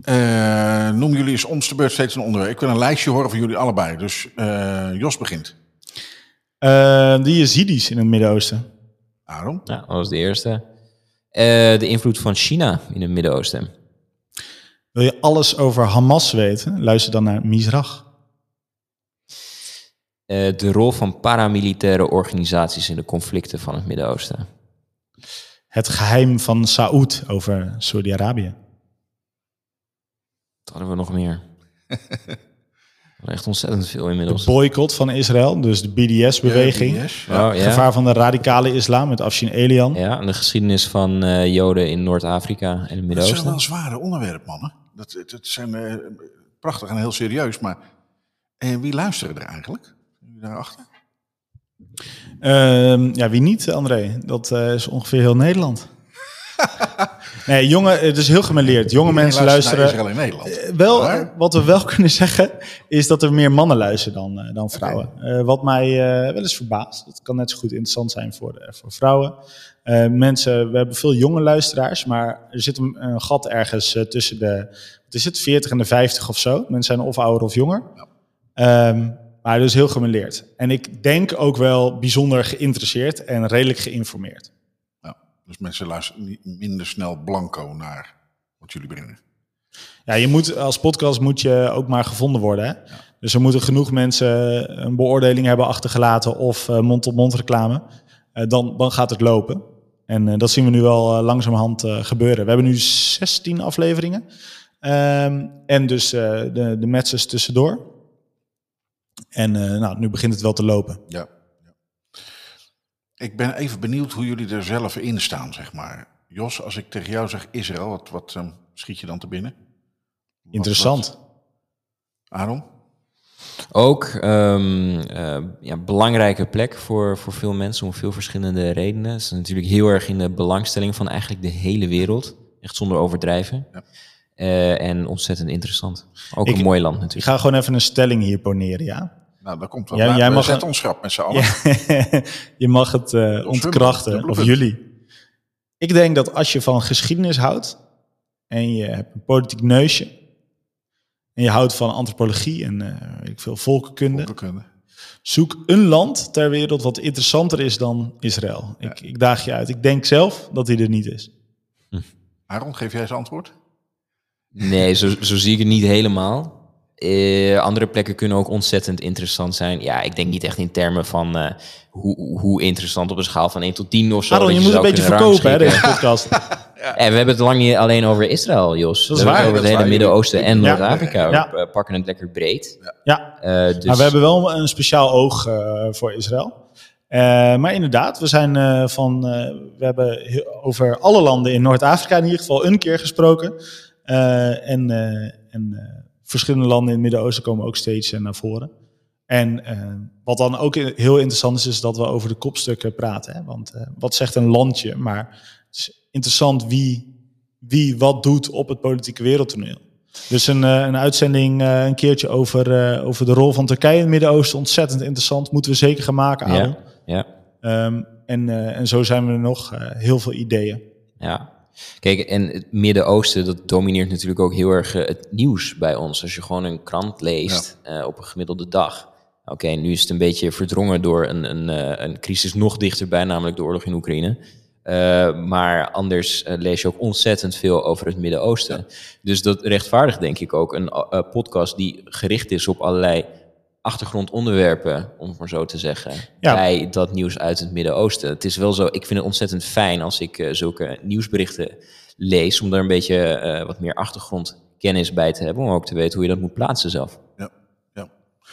Uh, noem jullie eens om de beurt steeds een onderwerp. Ik wil een lijstje horen van jullie allebei. Dus uh, Jos begint. Uh, die Yazidis in het Midden-Oosten. Aaron? Ja, dat was de eerste. Uh, de invloed van China in het Midden-Oosten. Wil je alles over Hamas weten? Luister dan naar Misrach. Uh, de rol van paramilitaire organisaties in de conflicten van het Midden-Oosten. Het geheim van Saoed over Saudi-Arabië. Wat hadden we nog meer? Echt ontzettend veel inmiddels. De boycott van Israël, dus de B D S-beweging. Ja, B D S. Oh, ja. Gevaar van de radicale islam met Afshin Elian. Ja, en de geschiedenis van uh, Joden in Noord-Afrika en het Dat Midden-Oosten. zijn wel zware onderwerpen, mannen. Dat, dat zijn uh, prachtig en heel serieus. Maar uh, wie luisteren er eigenlijk? Wie daarachter? Uh, ja, wie niet, André? Dat uh, is ongeveer heel Nederland. Nee, jongen, het is heel gemêleerd. Jonge Iedereen mensen luistert luisteren. naar Israël in Nederland. Uh, wel, Maar? wat we wel kunnen zeggen, is dat er meer mannen luisteren dan, uh, dan vrouwen. Okay. Uh, wat mij uh, wel eens verbaast. Dat kan net zo goed interessant zijn voor, uh, voor vrouwen. Uh, mensen, we hebben veel jonge luisteraars, maar er zit een, een gat ergens uh, tussen de, wat is het, veertig en de vijftig of zo. Mensen zijn of ouder of jonger. Ja. Um, maar dus heel gemêleerd. En ik denk ook wel bijzonder geïnteresseerd en redelijk geïnformeerd. Dus mensen luisteren niet minder snel blanco naar wat jullie brengen. Ja, je moet, als podcast moet je ook maar gevonden worden. Hè? Ja. Dus er moeten genoeg mensen een beoordeling hebben achtergelaten of uh, mond-op-mond reclame. Uh, dan, dan gaat het lopen. En uh, dat zien we nu wel uh, langzamerhand uh, gebeuren. We hebben nu zestien afleveringen. Um, en dus uh, de, de matches tussendoor. En uh, nou, nu begint het wel te lopen. Ja. Ik ben even benieuwd hoe jullie er zelf in staan, zeg maar. Jos, als ik tegen jou zeg Israël, wat, wat um, schiet je dan te binnen? Wat, Interessant. Wat? Aaron? Ook um, uh, ja, belangrijke plek voor, voor veel mensen om veel verschillende redenen. Het is natuurlijk heel erg in de belangstelling van eigenlijk de hele wereld. Echt zonder overdrijven. Ja. Uh, en ontzettend interessant. Ook ik, een mooi land natuurlijk. Ik ga gewoon even een stelling hier poneren, ja? Nou, dat komt wel. Ja, nou, jij we mag zetten ons schrap met z'n allen. Ja, je mag het uh, ontkrachten, of jullie. Ik denk dat als je van geschiedenis houdt en je hebt een politiek neusje en je houdt van antropologie en uh, weet ik veel, volkenkunde, volkenkunde, zoek een land ter wereld wat interessanter is dan Israël. Ja. Ik, ik daag je uit. Ik denk zelf dat hij er niet is. Hm. Aaron, geef jij eens antwoord? Nee, zo, zo zie ik het niet helemaal. Uh, andere plekken kunnen ook ontzettend interessant zijn. Ja, ik denk niet echt in termen van uh, hoe, hoe interessant op een schaal van één tot tien of zo. Aaron, je, je moet een beetje verkopen, hè, deze podcast. Ja. En we hebben het lang niet alleen over Israël, Jos. Dat is we waar. hebben het over het hele Midden-Oosten en ja. Noord-Afrika. Ja. We pakken het lekker breed. Ja, uh, dus... maar we hebben wel een speciaal oog uh, voor Israël. Uh, maar inderdaad, we zijn uh, van, uh, we hebben heel, over alle landen in Noord-Afrika in ieder geval een keer gesproken. Uh, en uh, en uh, verschillende landen in het Midden-Oosten komen ook steeds uh, naar voren. En uh, wat dan ook heel interessant is, is dat we over de kopstukken praten. Hè? Want uh, wat zegt een landje? Maar het is interessant wie, wie wat doet op het politieke wereldtoneel. Dus een, uh, een uitzending uh, een keertje over, uh, over de rol van Turkije in het Midden-Oosten. Ontzettend interessant. Moeten we zeker gaan maken, Aaron. Ja, ja. Um, en, uh, en zo zijn we er nog uh, heel veel ideeën. Ja. Kijk, en het Midden-Oosten, dat domineert natuurlijk ook heel erg uh, het nieuws bij ons. Als je gewoon een krant leest ja. uh, op een gemiddelde dag. Oké, okay, nu is het een beetje verdrongen door een, een, uh, een crisis nog dichterbij, namelijk de oorlog in Oekraïne. Uh, maar anders uh, lees je ook ontzettend veel over het Midden-Oosten. Ja. Dus dat rechtvaardigt denk ik ook een uh, podcast die gericht is op allerlei achtergrondonderwerpen, om het maar zo te zeggen, ja. bij dat nieuws uit het Midden-Oosten. Het is wel zo, ik vind het ontzettend fijn als ik uh, zulke nieuwsberichten lees, om daar een beetje uh, wat meer achtergrondkennis bij te hebben, om ook te weten hoe je dat moet plaatsen zelf. Ja, ja.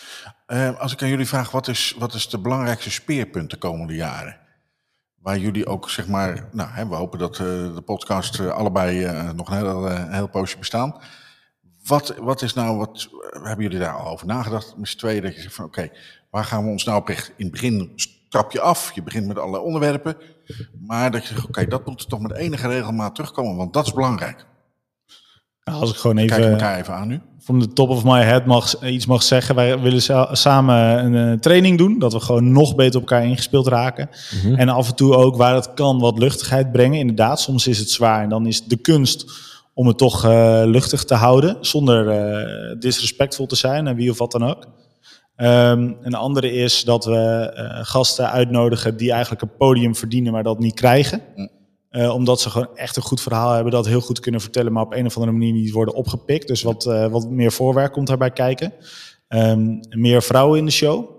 Uh, als ik aan jullie vraag, wat is, wat is de belangrijkste speerpunt de komende jaren? Waar jullie ook, zeg maar, nou, hè, we hopen dat uh, de podcast uh, allebei uh, nog een heel, uh, een heel poosje bestaan. Wat, wat is nou, wat hebben jullie daar al over nagedacht met z'n tweeën? Dat je zegt van oké, okay, waar gaan we ons nou op richten? In het begin trap je af, je begint met allerlei onderwerpen. Maar dat je zegt, oké, okay, dat moet toch met enige regelmaat terugkomen, want dat is belangrijk. Als ik gewoon even, Kijk elkaar even aan nu. Van de top of my head mag, iets mag zeggen. Wij willen sa- samen een uh, training doen. Dat we gewoon nog beter op elkaar ingespeeld raken. Mm-hmm. En af en toe ook waar het kan wat luchtigheid brengen. Inderdaad, soms is het zwaar. En dan is de kunst om het toch uh, luchtig te houden. Zonder uh, disrespectvol te zijn. En wie of wat dan ook. Um, een andere is dat we uh, gasten uitnodigen die eigenlijk een podium verdienen. Maar dat niet krijgen. Mm. Uh, omdat ze gewoon echt een goed verhaal hebben, dat heel goed kunnen vertellen, maar op een of andere manier niet worden opgepikt. Dus wat, uh, wat meer voorwerk komt daarbij kijken. Um, meer vrouwen in de show.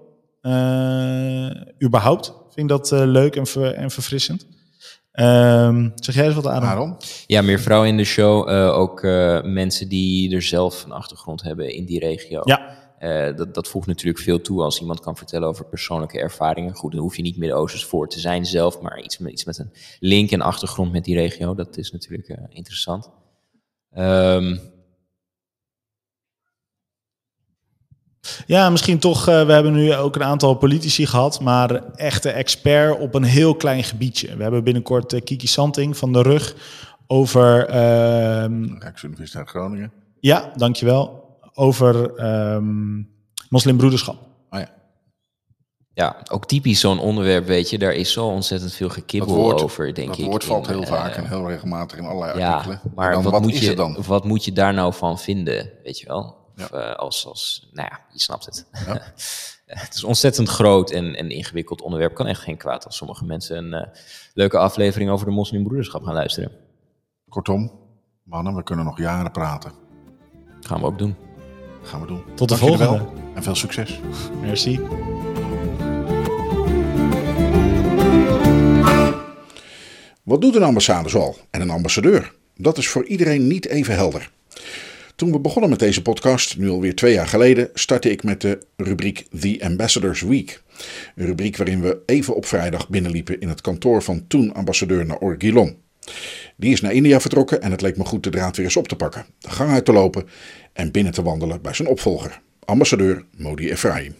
Uh, überhaupt vind ik dat uh, leuk en, ver, en verfrissend. Um, zeg jij eens wat aan? Waarom? Ja, meer vrouwen in de show. Uh, ook uh, mensen die er zelf een achtergrond hebben in die regio. Ja. Uh, dat, dat voegt natuurlijk veel toe als iemand kan vertellen over persoonlijke ervaringen. Goed, dan hoef je niet Midden-Oosters voor te zijn zelf, maar iets met, iets met een link en achtergrond met die regio. Dat is natuurlijk uh, interessant. Um... Ja, misschien toch, uh, we hebben nu ook een aantal politici gehad, maar echte expert op een heel klein gebiedje. We hebben binnenkort uh, Kiki Santing van de Rug over... Uh, Rijksuniversiteit Groningen. Ja, dankjewel. Over um, moslimbroederschap. Oh ja. Ja, ook typisch zo'n onderwerp, weet je. Daar is zo ontzettend veel gekibbel woord, over, denk dat ik. Dat woord valt in, heel uh, vaak en heel regelmatig in allerlei ja, artikelen. maar dan, wat, wat moet is je, het dan? wat moet je daar nou van vinden, weet je wel? Of ja. uh, als, als, nou ja, je snapt het. Ja. Het is een ontzettend groot en, en ingewikkeld onderwerp. Kan echt geen kwaad als sommige mensen een uh, leuke aflevering over de moslimbroederschap gaan luisteren. Kortom, mannen, we kunnen nog jaren praten. Gaan we ook doen. Gaan we doen. Tot de Dank volgende. Wel en veel succes. Merci. Wat doet een ambassade zoal en een ambassadeur? Dat is voor iedereen niet even helder. Toen we begonnen met deze podcast, nu alweer twee jaar geleden, startte ik met de rubriek The Ambassadors Week. Een rubriek waarin we even op vrijdag binnenliepen in het kantoor van toen ambassadeur Naor Gilon. Die is naar India vertrokken en het leek me goed de draad weer eens op te pakken, de gang uit te lopen en binnen te wandelen bij zijn opvolger, ambassadeur Modi Ephraim.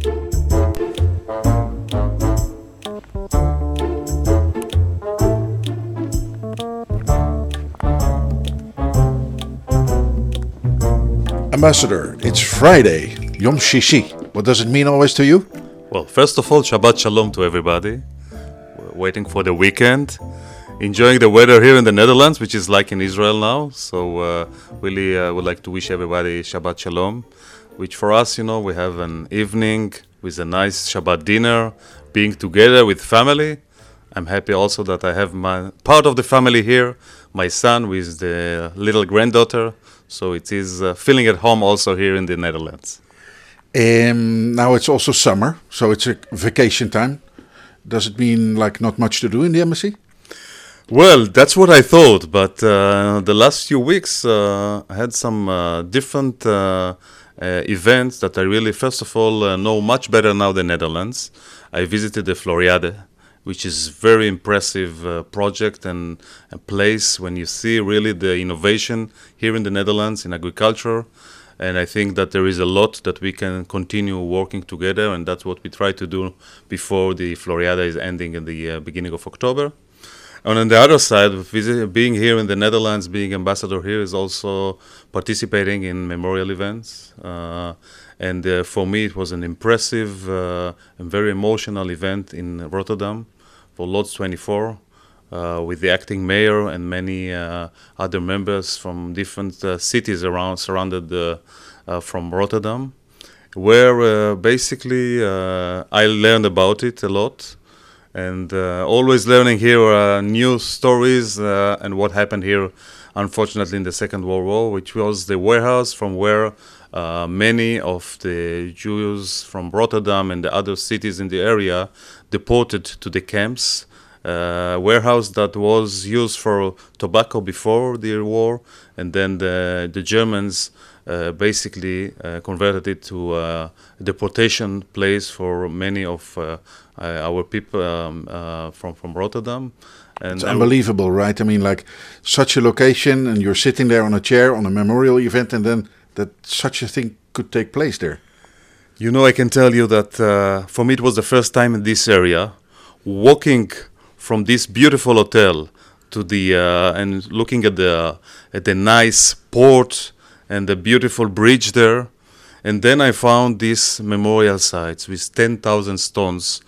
Ambassador, it's Friday, Yom Shishi. What does it mean always to you? Well, first of all, Shabbat Shalom to everybody. We're waiting for the weekend. Enjoying the weather here in the Netherlands, which is like in Israel now. So uh, really uh, would like to wish everybody Shabbat Shalom. Which for us, you know, we have an evening with a nice Shabbat dinner, being together with family. I'm happy also that I have my part of the family here, my son with the little granddaughter. So it is uh, feeling at home also here in the Netherlands. Um, now it's also summer, so it's a vacation time. Does it mean like not much to do in the embassy? Well, that's what I thought, but uh, the last few weeks uh, I had some uh, different uh, uh, events that I really, first of all, uh, know much better now the Netherlands. I visited the Floriade, which is very impressive uh, project and a place when you see really the innovation here in the Netherlands in agriculture. And I think that there is a lot that we can continue working together, and that's what we try to do before the Floriade is ending in the uh, beginning of October. And on the other side, visit, being here in the Netherlands, being ambassador here, is also participating in memorial events. Uh, and uh, for me, it was an impressive uh, and very emotional event in Rotterdam for Lodz twenty-four, uh, with the acting mayor and many uh, other members from different uh, cities around, surrounded uh, uh, from Rotterdam, where uh, basically uh, I learned about it a lot. And uh, always learning here uh, new stories uh, and what happened here, unfortunately, in the Second World War, which was the warehouse from where uh, many of the Jews from Rotterdam and the other cities in the area deported to the camps. Uh, warehouse that was used for tobacco before the war, and then the, the Germans uh, basically uh, converted it to a deportation place for many of uh, Uh, our people um, uh, from from Rotterdam. And it's unbelievable, right? I mean, like such a location, and you're sitting there on a chair on a memorial event, and then that such a thing could take place there. You know, I can tell you that uh, for me it was the first time in this area, walking from this beautiful hotel to the uh, and looking at the at the nice port and the beautiful bridge there, and then I found these memorial sites with ten thousand stones.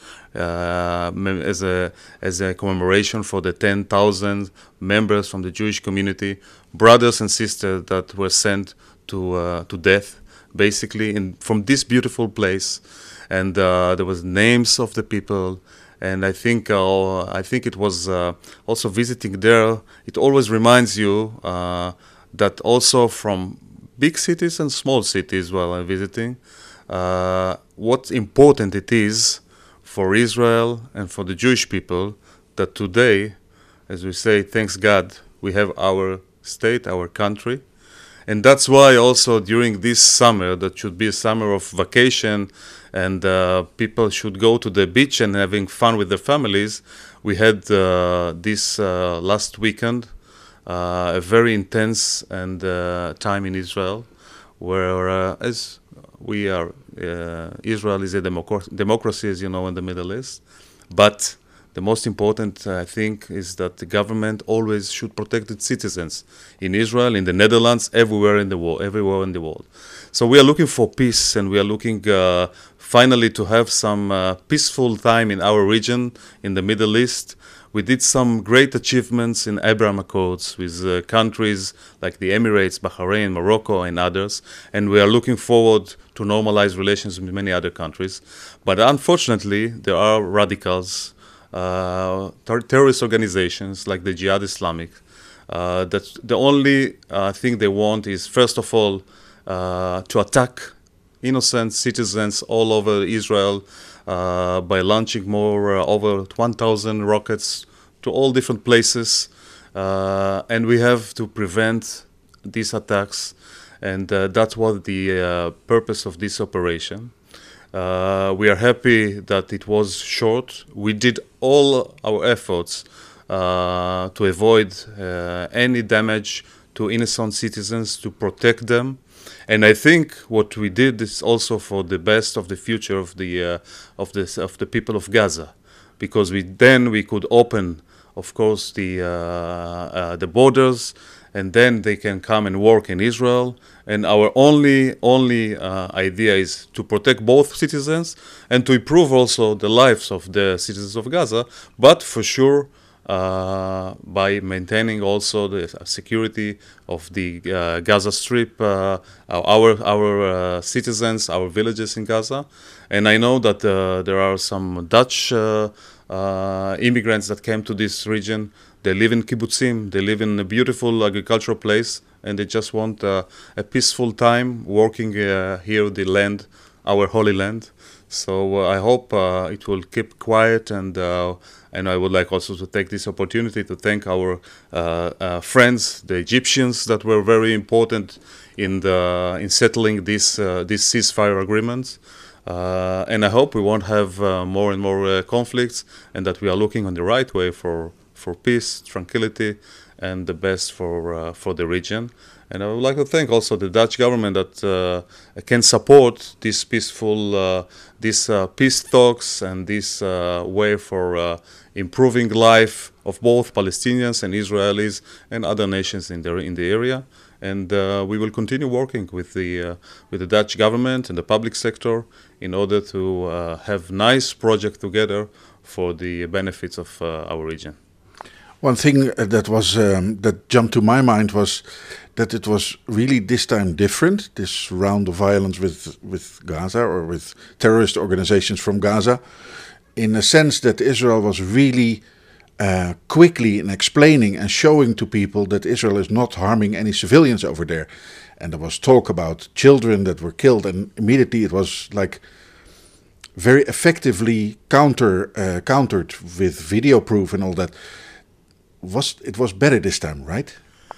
Uh, as a as a commemoration for the ten thousand members from the Jewish community, brothers and sisters that were sent to uh, to death, basically in from this beautiful place, and uh, there was names of the people, and I think uh, I think it was uh, also visiting there. It always reminds you uh, that also from big cities and small cities while I'm visiting, uh, what important it is for Israel and for the Jewish people that today, as we say, thanks God, we have our state, our country. And that's why also during this summer, that should be a summer of vacation, and uh, people should go to the beach and having fun with their families, we had uh, this uh, last weekend uh, a very intense and uh, time in Israel, where uh, as we are, uh, Israel is a democ- democracy, as you know, in the Middle East. But the most important, uh, I think, is that the government always should protect its citizens in Israel, in the Netherlands, everywhere in the world, everywhere in the world. So we are looking for peace, and we are looking uh, finally to have some uh, peaceful time in our region, in the Middle East. We did some great achievements in Abraham Accords with uh, countries like the Emirates, Bahrain, Morocco, and others, and we are looking forward to normalize relations with many other countries. But unfortunately, there are radicals, uh, ter- terrorist organizations like the Jihad Islamic, uh, that the only uh, thing they want is, first of all, uh, to attack innocent citizens all over Israel, Uh, by launching more uh, over one thousand rockets to all different places. Uh, and we have to prevent these attacks. And uh, that's what the uh, purpose of this operation. Uh, we are happy that it was short. We did all our efforts uh, to avoid uh, any damage to innocent citizens, to protect them. And I think what we did is also for the best of the future of the uh, of this of the people of Gaza, because we then we could open, of course, the uh, uh, the borders, and then they can come and work in Israel. And our only only uh, idea is to protect both citizens and to improve also the lives of the citizens of Gaza. But for sure, Uh, by maintaining also the security of the uh, Gaza Strip, uh, our our uh, citizens, our villages in Gaza. And I know that uh, there are some Dutch uh, uh, immigrants that came to this region They live in kibbutzim. They live in a beautiful agricultural place, and they just want uh, a peaceful time working uh, here, the land, our holy land. So uh, I hope uh, it will keep quiet, and uh, and I would like also to take this opportunity to thank our uh, uh, friends, the Egyptians, that were very important in the in settling this uh, this ceasefire agreements. Uh, and I hope we won't have uh, more and more uh, conflicts, and that we are looking on the right way for, for peace, tranquility, and the best for uh, for the region. And I would like to thank also the Dutch government that uh, can support this peaceful, uh, this uh, peace talks and this uh, way for uh, improving life of both Palestinians and Israelis and other nations in the in the area. And uh, we will continue working with the uh, with the Dutch government and the public sector in order to uh, have nice projects together for the benefits of uh, our region. One thing that was um, that jumped to my mind was that it was really this time different. This round of violence with with Gaza or with terrorist organizations from Gaza, in a sense that Israel was really uh, quickly in explaining and showing to people that Israel is not harming any civilians over there. And there was talk about children that were killed, and immediately it was like very effectively counter uh, countered with video proof and all that. Was it was better this time, right?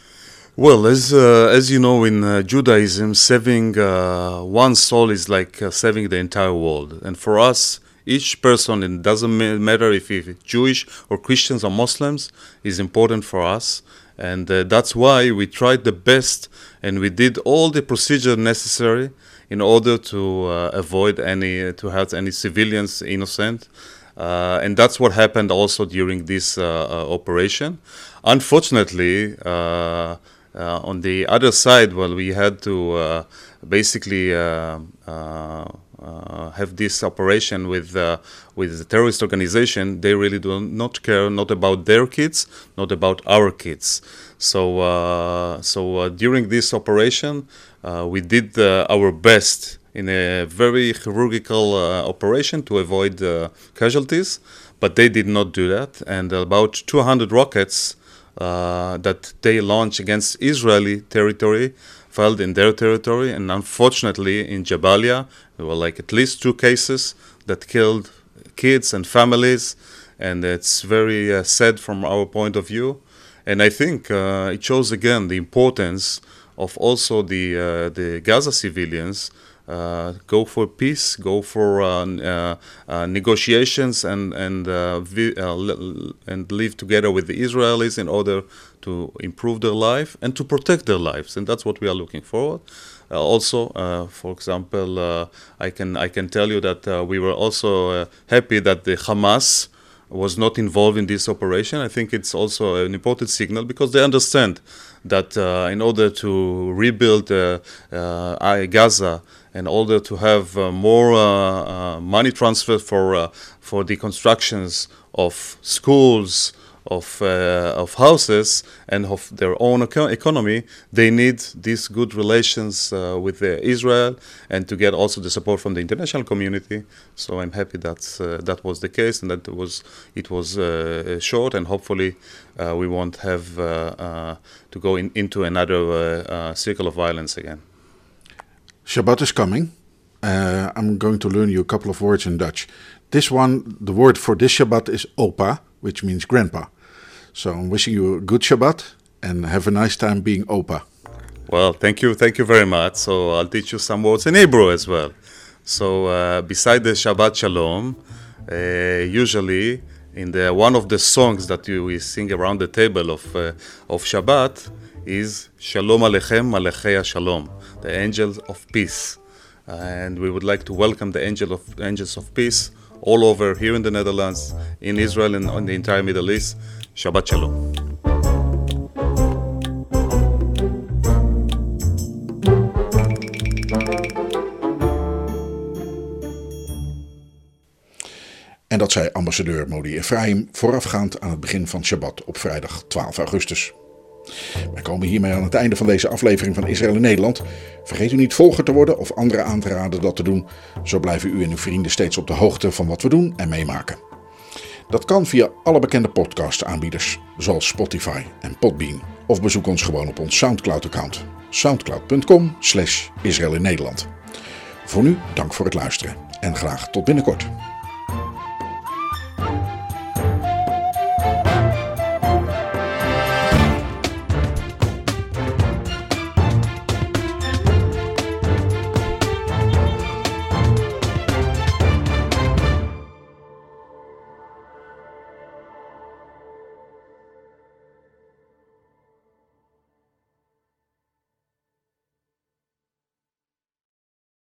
Well, as uh, as you know, in uh, Judaism, saving uh, one soul is like uh, saving the entire world. And for us, each person, it doesn't ma- matter if it's Jewish or Christians or Muslims, is important for us. And uh, that's why we tried the best, and we did all the procedure necessary in order to uh, avoid any, uh, to have any civilians innocent. Uh, and that's what happened also during this uh, uh, operation. Unfortunately, uh, uh, on the other side, well, we had to uh, basically uh, uh, uh, have this operation with uh, with the terrorist organization. They really do not care, not about their kids, not about our kids. So, uh, so uh, during this operation, uh, we did uh, our best in a very chirurgical uh, operation to avoid uh, casualties, but they did not do that. And about two hundred rockets uh, that they launched against Israeli territory fell in their territory. And unfortunately, in Jabalia, there were like at least two cases that killed kids and families. And it's very uh, sad from our point of view. And I think uh, it shows again the importance of also the uh, the Gaza civilians. Uh, go for peace, go for uh, uh, uh, negotiations, and and uh, vi- uh, l- and live together with the Israelis in order to improve their life and to protect their lives, and that's what we are looking for. Uh, also, uh, for example, uh, I can I can tell you that uh, we were also uh, happy that the Hamas was not involved in this operation. I think it's also an important signal because they understand that uh, in order to rebuild uh, uh, Gaza, in order to have uh, more uh, uh, money transfer for uh, for the constructions of schools, of uh, of houses, and of their own eco- economy, they need these good relations uh, with uh, Israel, and to get also the support from the international community. So I'm happy that uh, that was the case, and that it was it was uh, short, and hopefully uh, we won't have uh, uh, to go in, into another uh, uh, circle of violence again. Shabbat is coming. Uh, I'm going to learn you a couple of words in Dutch. This one, the word for this Shabbat is opa, which means grandpa. So I'm wishing you a good Shabbat and have a nice time being opa. Well, thank you, thank you very much. So I'll teach you some words in Hebrew as well. So uh, beside the Shabbat Shalom, uh, usually in the one of the songs that you, we sing around the table of uh, of Shabbat is Shalom Aleichem Malechei Shalom, the angels of peace. Uh, and we would like to welcome the angel of angels of peace all over here in the Netherlands, in Israel, and on the entire Middle East. Shabbat Shalom. En dat zei ambassadeur Modi Ephraim voorafgaand aan het begin van Shabbat op vrijdag twaalf augustus. Wij komen hiermee aan het einde van deze aflevering van Israël in Nederland. Vergeet u niet volger te worden of anderen aan te raden dat te doen. Zo blijven u en uw vrienden steeds op de hoogte van wat we doen en meemaken. Dat kan via alle bekende podcastaanbieders, zoals Spotify en Podbean. Of bezoek ons gewoon op ons Soundcloud-account. soundcloud punt com slash Israël in Nederland. Voor nu, dank voor het luisteren en graag tot binnenkort.